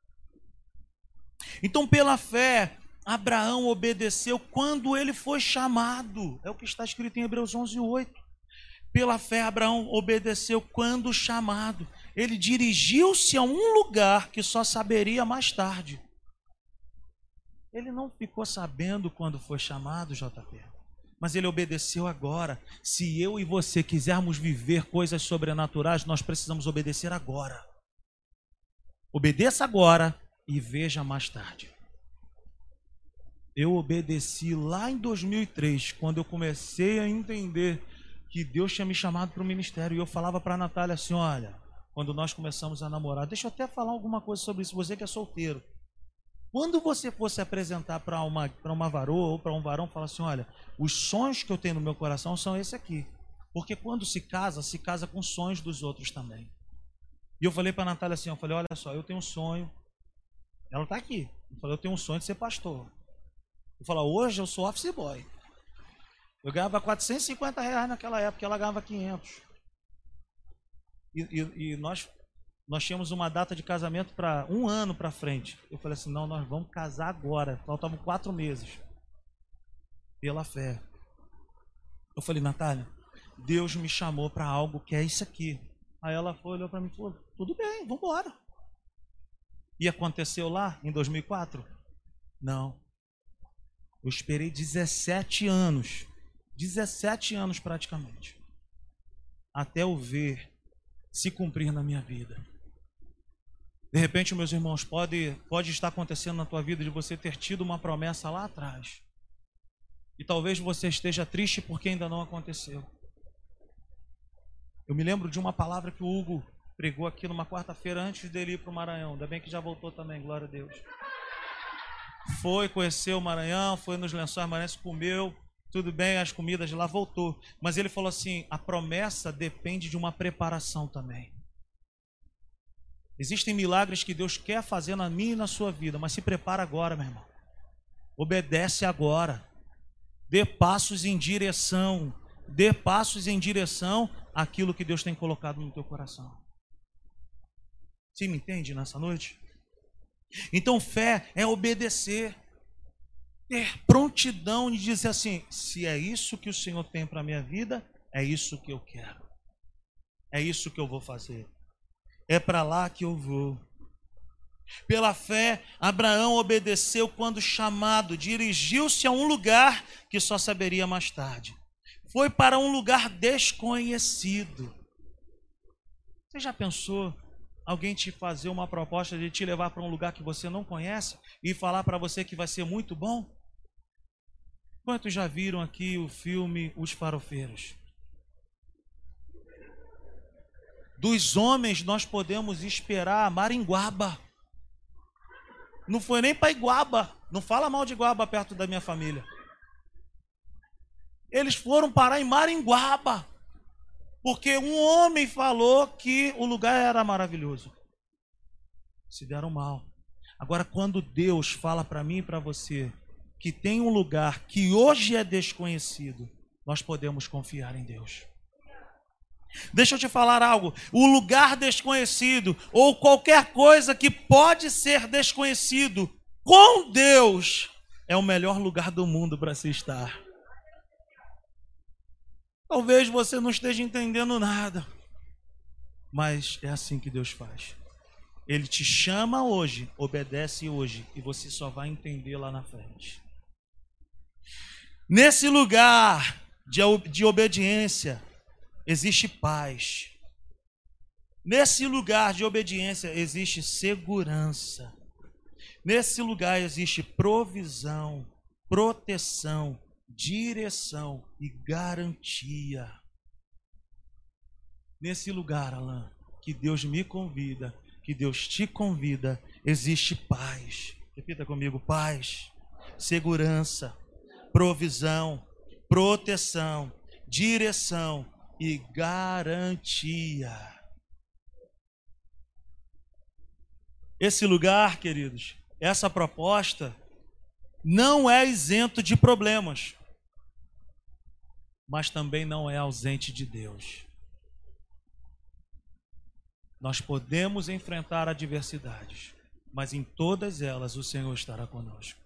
Então, pela fé, Abraão obedeceu quando ele foi chamado. É o que está escrito em Hebreus onze, oito. Pela fé, Abraão obedeceu quando chamado. Ele dirigiu-se a um lugar que só saberia mais tarde. Ele não ficou sabendo quando foi chamado, J P. Mas ele obedeceu agora. Se eu e você quisermos viver coisas sobrenaturais, nós precisamos obedecer agora. Obedeça agora e veja mais tarde. Eu obedeci lá em dois mil e três, quando eu comecei a entender que Deus tinha me chamado para o ministério. E eu falava para a Natália assim, olha, quando nós começamos a namorar, deixa eu até falar alguma coisa sobre isso, você que é solteiro. Quando você for se apresentar para uma, para uma varoa ou para um varão, fala assim, olha, os sonhos que eu tenho no meu coração são esse aqui. Porque quando se casa, se casa com sonhos dos outros também. E eu falei para a Natália assim, eu falei, olha só, eu tenho um sonho. Ela está aqui. Eu falei, eu tenho um sonho de ser pastor. Eu falei, hoje eu sou office boy. Eu ganhava quatrocentos e cinquenta reais naquela época, ela ganhava quinhentos. E, e, e nós, nós tínhamos uma data de casamento para um ano para frente. Eu falei assim, não, nós vamos casar agora. Faltavam quatro meses. Pela fé. Eu falei, Natália, Deus me chamou para algo que é isso aqui. Aí ela foi, olhou para mim e falou, tudo bem, vamos embora. E aconteceu lá em dois mil e quatro? Não. Eu esperei dezessete anos. dezessete anos praticamente. Até eu ver se cumprir na minha vida. De repente, meus irmãos, pode, pode estar acontecendo na tua vida de você ter tido uma promessa lá atrás. E talvez você esteja triste porque ainda não aconteceu. Eu me lembro de uma palavra que o Hugo pregou aqui numa quarta-feira antes dele ir para o Maranhão. Ainda bem que já voltou também, glória a Deus. Foi, conheceu o Maranhão, foi nos Lençóis Maranhenses, comeu, tudo bem, as comidas de lá, voltou. Mas ele falou assim, a promessa depende de uma preparação também. Existem milagres que Deus quer fazer na minha e na sua vida, mas se prepara agora, meu irmão. Obedece agora. Dê passos em direção, dê passos em direção àquilo que Deus tem colocado no teu coração. Você me entende nessa noite? Então fé é obedecer, ter prontidão de dizer assim, se é isso que o Senhor tem para a minha vida, é isso que eu quero, é isso que eu vou fazer, é para lá que eu vou. Pela fé, Abraão obedeceu quando chamado, dirigiu-se a um lugar que só saberia mais tarde. Foi para um lugar desconhecido. Você já pensou alguém te fazer uma proposta de te levar para um lugar que você não conhece e falar para você que vai ser muito bom? Quantos já viram aqui o filme Os Farofeiros? Dos homens nós podemos esperar Maringuaba. Não foi nem para Iguaba. Não fala mal de Iguaba perto da minha família. Eles foram parar em Maringuaba. Porque um homem falou que o lugar era maravilhoso. Se deram mal. Agora, quando Deus fala para mim e para você que tem um lugar que hoje é desconhecido, nós podemos confiar em Deus. Deixa eu te falar algo. O lugar desconhecido ou qualquer coisa que pode ser desconhecido, com Deus, é o melhor lugar do mundo para se estar. Talvez você não esteja entendendo nada, mas é assim que Deus faz. Ele te chama hoje, obedece hoje, e você só vai entender lá na frente. Nesse lugar de, de obediência, existe paz. Nesse lugar de obediência existe segurança. Nesse lugar existe provisão, proteção, direção e garantia. Nesse lugar, Alain, que Deus me convida, que Deus te convida, existe paz. Repita comigo, paz, segurança, provisão, proteção, direção e garantia. Esse lugar, queridos, essa proposta não é isento de problemas, mas também não é ausente de Deus. Nós podemos enfrentar adversidades, mas em todas elas o Senhor estará conosco.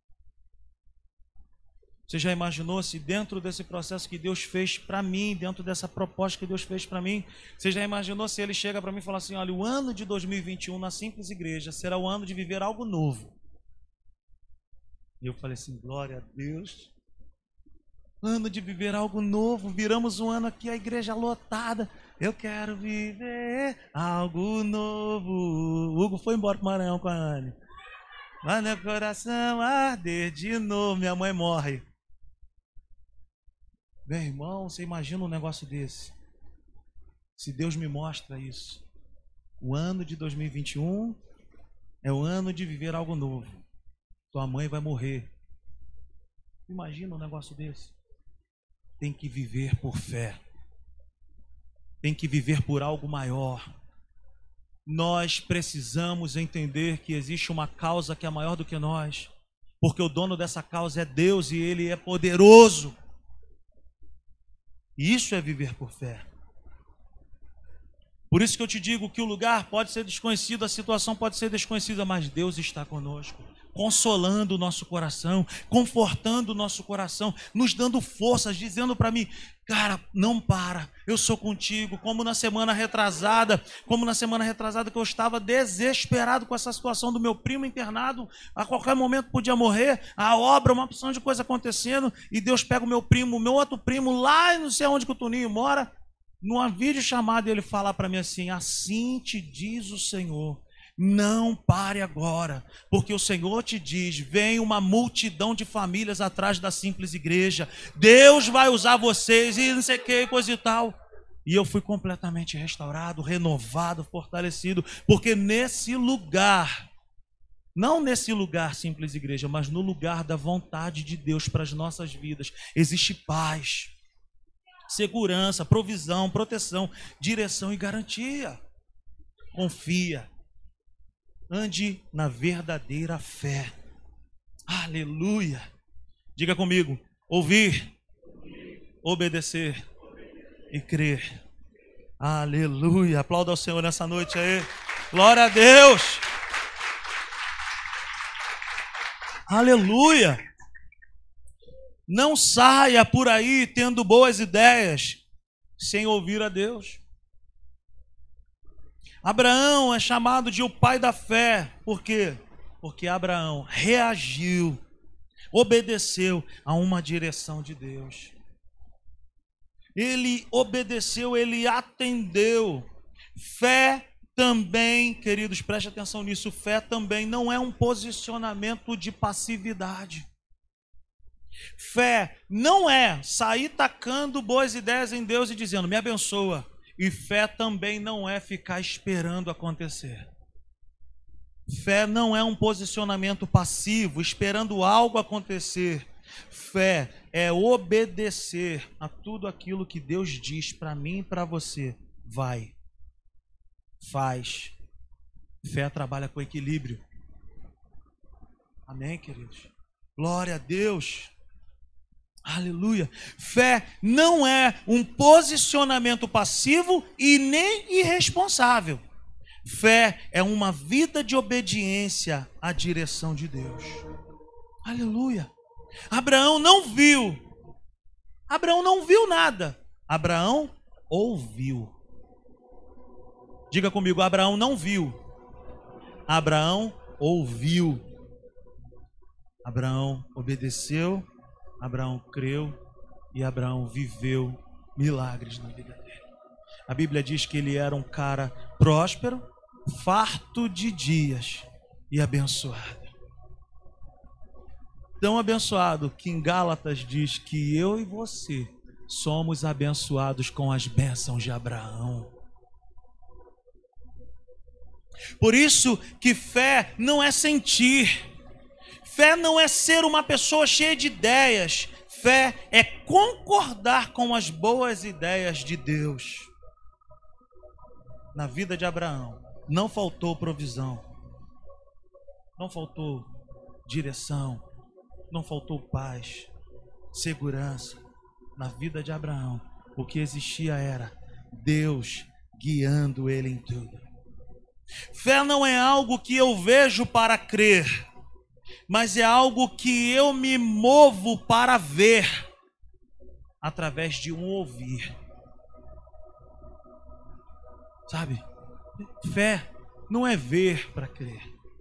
Você já imaginou se dentro desse processo que Deus fez para mim, dentro dessa proposta que Deus fez para mim, você já imaginou se Ele chega para mim e fala assim, olha, o ano de dois mil e vinte e um na Simples Igreja será o ano de viver algo novo. E eu falei assim, glória a Deus. Ano de viver algo novo, viramos um ano aqui, a igreja lotada. Eu quero viver algo novo. O Hugo foi embora para o Maranhão com a Anne. Lá no coração arder de novo, minha mãe morre. Meu irmão, você imagina um negócio desse? Se Deus me mostra isso. O ano de dois mil e vinte e um é o ano de viver algo novo. Tua mãe vai morrer. Imagina um negócio desse. Tem que viver por fé. tem que viver por algo maior. Nós precisamos entender que existe uma causa que é maior do que nós, porque o dono dessa causa é Deus e Ele é poderoso. E isso é viver por fé. Por isso que eu te digo que o lugar pode ser desconhecido, a situação pode ser desconhecida, mas Deus está conosco, consolando o nosso coração, confortando o nosso coração, nos dando forças, dizendo para mim, cara, não para, eu sou contigo. Como na semana retrasada, como na semana retrasada que eu estava desesperado com essa situação do meu primo internado, a qualquer momento podia morrer, a obra, uma opção de coisa acontecendo, e Deus pega o meu primo, o meu outro primo, lá não sei onde que o Toninho mora, numa videochamada ele fala para mim assim, assim te diz o Senhor, não pare agora, porque o Senhor te diz, vem uma multidão de famílias atrás da simples igreja, Deus vai usar vocês e não sei o que, coisa e tal. E eu fui completamente restaurado, renovado, fortalecido, porque nesse lugar, não nesse lugar simples igreja, mas no lugar da vontade de Deus para as nossas vidas, existe paz, segurança, provisão, proteção, direção e garantia. Confia. Ande na verdadeira fé. Aleluia. Diga comigo, ouvir, obedecer e crer. Aleluia. Aplauda ao Senhor nessa noite aí. Glória a Deus. Aleluia. Não saia por aí tendo boas ideias sem ouvir a Deus. Abraão é chamado de o pai da fé. Por quê? Porque Abraão reagiu, obedeceu a uma direção de Deus. Ele obedeceu, ele atendeu. Fé também, queridos, preste atenção nisso, fé também não é um posicionamento de passividade. Fé não é sair tacando boas ideias em Deus e dizendo, me abençoa. E fé também não é ficar esperando acontecer. Fé não é um posicionamento passivo, esperando algo acontecer. Fé é obedecer a tudo aquilo que Deus diz para mim e para você. Vai, faz. Fé trabalha com equilíbrio. Amém, queridos? Glória a Deus. Aleluia. Fé não é um posicionamento passivo e nem irresponsável. Fé é uma vida de obediência à direção de Deus. Aleluia. Abraão não viu. Abraão não viu nada. Abraão ouviu. Diga comigo, Abraão não viu. Abraão ouviu. Abraão obedeceu. Abraão creu e Abraão viveu milagres na vida dele. A Bíblia diz que ele era um cara próspero, farto de dias e abençoado. Tão abençoado que em Gálatas diz que eu e você somos abençoados com as bênçãos de Abraão. Por isso que fé não é sentir. Fé não é ser uma pessoa cheia de ideias. Fé é concordar com as boas ideias de Deus. Na vida de Abraão, não faltou provisão. Não faltou direção. Não faltou paz, segurança. Na vida de Abraão, o que existia era Deus guiando ele em tudo. Fé não é algo que eu vejo para crer, mas é algo que eu me movo para ver, através de um ouvir. Sabe? Fé não é ver para crer.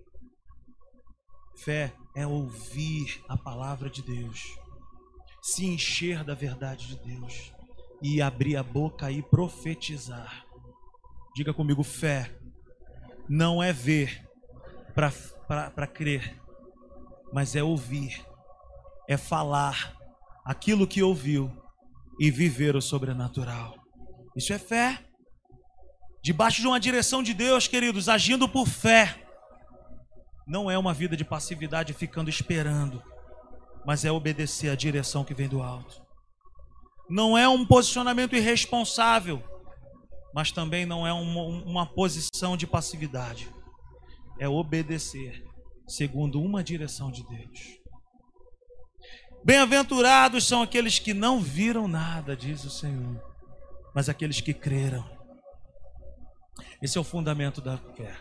Fé é ouvir a palavra de Deus, se encher da verdade de Deus e abrir a boca e profetizar. Diga comigo, fé não é ver para crer, mas é ouvir, é falar aquilo que ouviu e viver o sobrenatural. Isso é fé. Debaixo de uma direção de Deus, queridos, agindo por fé. Não é uma vida de passividade ficando esperando, mas é obedecer à direção que vem do alto. Não é um posicionamento irresponsável, mas também não é uma, uma posição de passividade. É obedecer segundo uma direção de Deus. Bem-aventurados são aqueles que não viram nada, diz o Senhor, mas aqueles que creram. Esse é o fundamento da fé.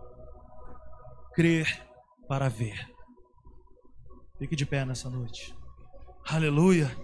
Crer para ver. Fique de pé nessa noite. Aleluia.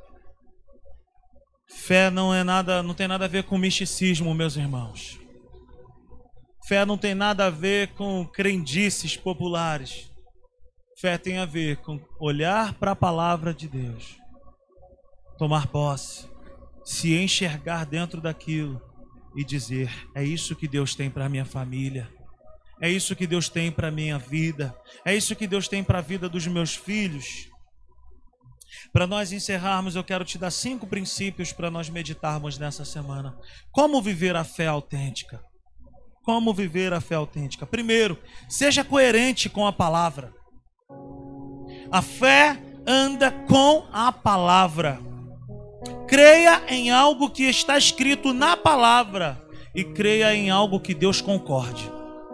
Fé não é nada, não tem nada a ver com misticismo, meus irmãos. Fé não tem nada a ver com crendices populares. Fé tem a ver com olhar para a palavra de Deus, tomar posse, se enxergar dentro daquilo e dizer: é isso que Deus tem para a minha família, é isso que Deus tem para a minha vida, é isso que Deus tem para a vida dos meus filhos. Para nós encerrarmos, eu quero te dar cinco princípios para nós meditarmos nessa semana. Como viver a fé autêntica? Como viver a fé autêntica? Primeiro, seja coerente com a palavra. A fé anda com a palavra. Creia em algo que está escrito na palavra e creia em algo que Deus concorde.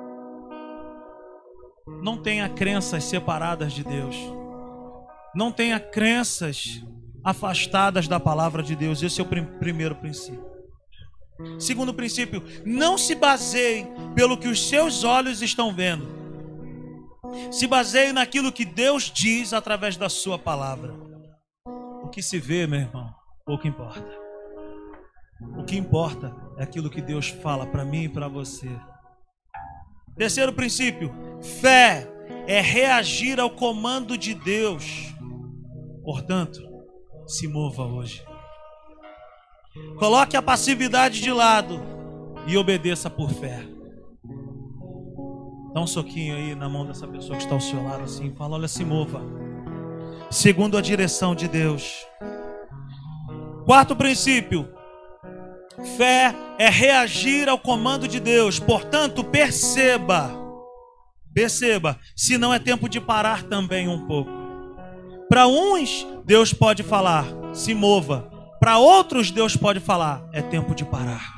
Não tenha crenças separadas de Deus. Não tenha crenças afastadas da palavra de Deus. Esse é o prim- primeiro princípio. Segundo princípio, não se baseie pelo que os seus olhos estão vendo. Se baseie naquilo que Deus diz através da sua palavra. O que se vê, meu irmão, pouco importa. O que importa é aquilo que Deus fala para mim e para você. Terceiro princípio, fé é reagir ao comando de Deus. Portanto, se mova hoje. Coloque a passividade de lado e obedeça por fé. Dá um soquinho aí na mão dessa pessoa que está ao seu lado assim, fala: olha, se mova segundo a direção de Deus. Quarto princípio, fé é reagir ao comando de Deus. Portanto, perceba, perceba, se não é tempo de parar também um pouco. Para uns, Deus pode falar: se mova. Para outros, Deus pode falar: é tempo de parar.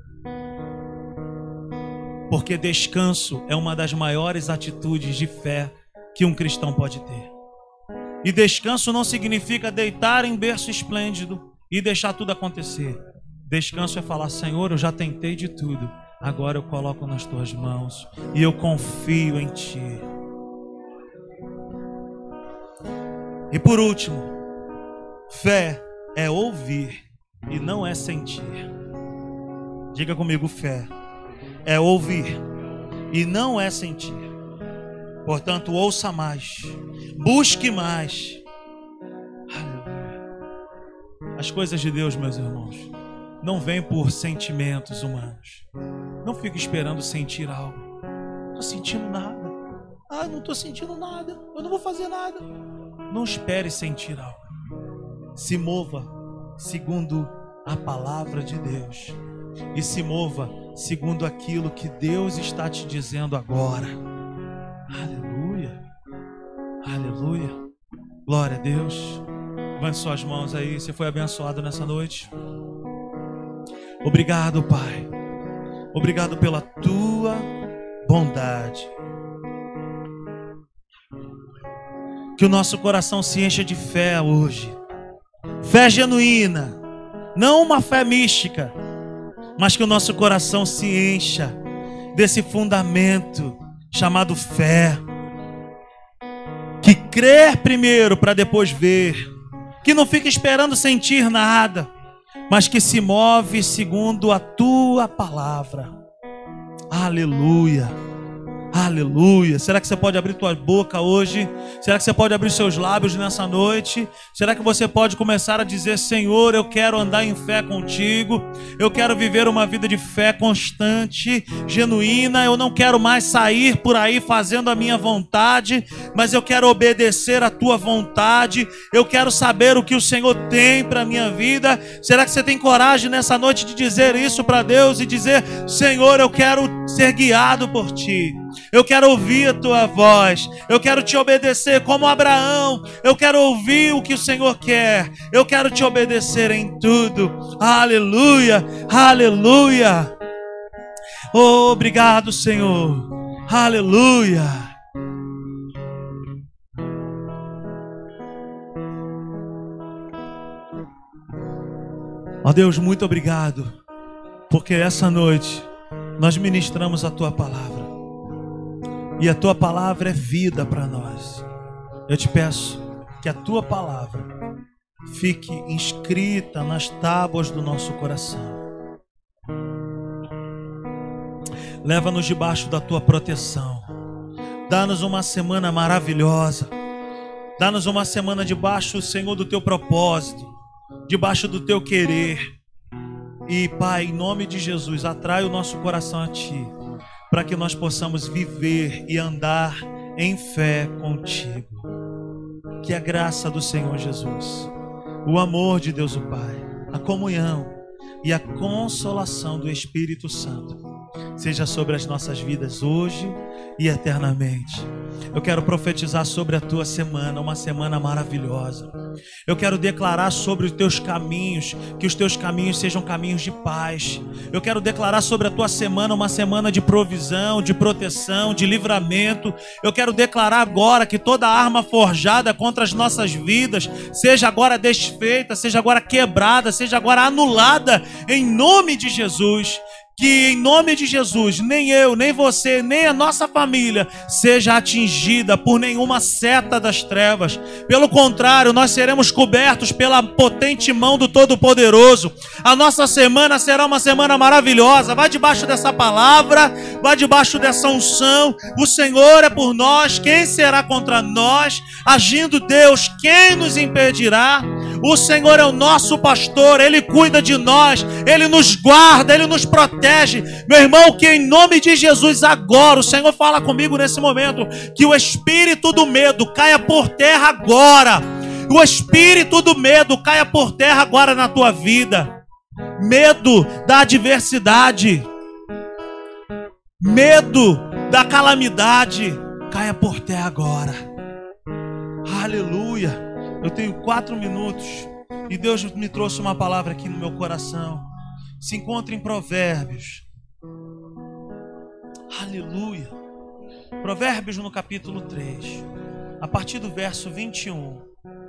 Porque descanso é uma das maiores atitudes de fé que um cristão pode ter. E descanso não significa deitar em berço esplêndido e deixar tudo acontecer. Descanso é falar: Senhor, eu já tentei de tudo, agora eu coloco nas tuas mãos e eu confio em ti. E por último, fé é ouvir e não é sentir. Diga comigo: fé é ouvir e não é sentir. Portanto, ouça mais, busque mais. Aleluia. As coisas de Deus, meus irmãos, não vêm por sentimentos humanos. Não fique esperando sentir algo. Não estou sentindo nada. Ah, não estou sentindo nada. Eu não vou fazer nada. Não espere sentir algo. Se mova segundo a palavra de Deus. E se mova segundo aquilo que Deus está te dizendo agora. Aleluia. Aleluia. Glória a Deus. Levante suas mãos aí. Você foi abençoado nessa noite. Obrigado, Pai. Obrigado pela tua bondade. Que o nosso coração se encha de fé hoje. Fé genuína. Não uma fé mística, mas que o nosso coração se encha desse fundamento chamado fé. Que crer primeiro para depois ver. Que não fica esperando sentir nada, mas que se move segundo a tua palavra. Aleluia. Aleluia. Será que você pode abrir tua boca hoje? Será que você pode abrir seus lábios nessa noite? Será que você pode começar a dizer: Senhor, eu quero andar em fé contigo. Eu quero viver uma vida de fé constante, genuína. Eu não quero mais sair por aí fazendo a minha vontade, mas eu quero obedecer a tua vontade. Eu quero saber o que o Senhor tem para a minha vida. Será que você tem coragem nessa noite de dizer isso para Deus e dizer: Senhor, eu quero ser guiado por ti. Eu quero ouvir a tua voz. Eu quero te obedecer como Abraão. Eu quero ouvir o que o Senhor quer. Eu quero te obedecer em tudo. Aleluia, aleluia. Oh, obrigado, Senhor. Aleluia. Ó Deus, muito obrigado, porque essa noite nós ministramos a Tua palavra, e a Tua palavra é vida para nós. Eu te peço que a Tua palavra fique inscrita nas tábuas do nosso coração. Leva-nos debaixo da Tua proteção. Dá-nos uma semana maravilhosa. Dá-nos uma semana debaixo, Senhor, do Teu propósito, debaixo do Teu querer. E, Pai, em nome de Jesus, atrai o nosso coração a Ti, para que nós possamos viver e andar em fé contigo. Que a graça do Senhor Jesus, o amor de Deus o Pai, a comunhão e a consolação do Espírito Santo seja sobre as nossas vidas hoje e eternamente. Eu quero profetizar sobre a tua semana, uma semana maravilhosa. Eu quero declarar sobre os teus caminhos, que os teus caminhos sejam caminhos de paz. Eu quero declarar sobre a tua semana uma semana de provisão, de proteção, de livramento. Eu quero declarar agora que toda arma forjada contra as nossas vidas seja agora desfeita, seja agora quebrada, seja agora anulada em nome de Jesus. Que em nome de Jesus, nem eu, nem você, nem a nossa família seja atingida por nenhuma seta das trevas. Pelo contrário, nós seremos cobertos pela potente mão do Todo-Poderoso. A nossa semana será uma semana maravilhosa. Vai debaixo dessa palavra, vai debaixo dessa unção. O Senhor é por nós, quem será contra nós? Agindo Deus, quem nos impedirá? O Senhor é o nosso pastor, Ele cuida de nós, Ele nos guarda, Ele nos protege. Meu irmão, que em nome de Jesus agora, o Senhor fala comigo nesse momento, que o espírito do medo caia por terra agora. O espírito do medo caia por terra agora na tua vida. Medo da adversidade, medo da calamidade, caia por terra agora. Aleluia. Eu tenho quatro minutos e Deus me trouxe uma palavra aqui no meu coração. Se encontra em Provérbios. Aleluia. Provérbios no capítulo três, a partir do verso vinte e um.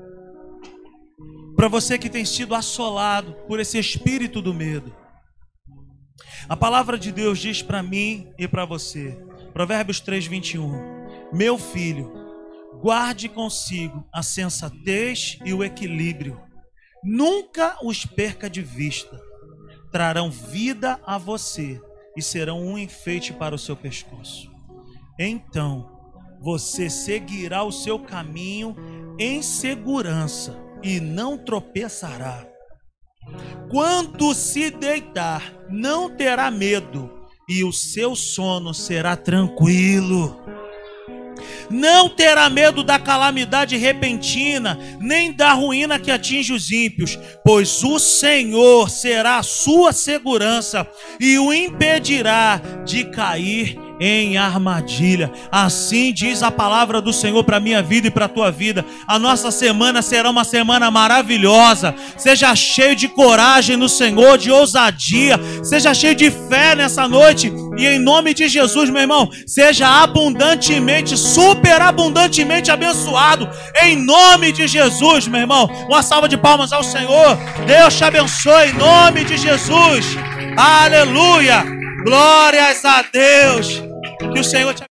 Para você que tem sido assolado por esse espírito do medo, a palavra de Deus diz para mim e para você. Provérbios três, vinte e um. Meu filho, guarde consigo a sensatez e o equilíbrio. Nunca os perca de vista. Trarão vida a você e serão um enfeite para o seu pescoço. Então, você seguirá o seu caminho em segurança e não tropeçará. Quando se deitar, não terá medo e o seu sono será tranquilo. Não terá medo da calamidade repentina, nem da ruína que atinge os ímpios, pois o Senhor será a sua segurança e o impedirá de cair em armadilha. Assim diz a palavra do Senhor para a minha vida e para a tua vida. A nossa semana será uma semana maravilhosa. Seja cheio de coragem no Senhor, de ousadia. Seja cheio de fé nessa noite. E em nome de Jesus, meu irmão, seja abundantemente, superabundantemente abençoado. Em nome de Jesus, meu irmão. Uma salva de palmas ao Senhor. Deus te abençoe em nome de Jesus. Aleluia. Glórias a Deus. Que o Senhor te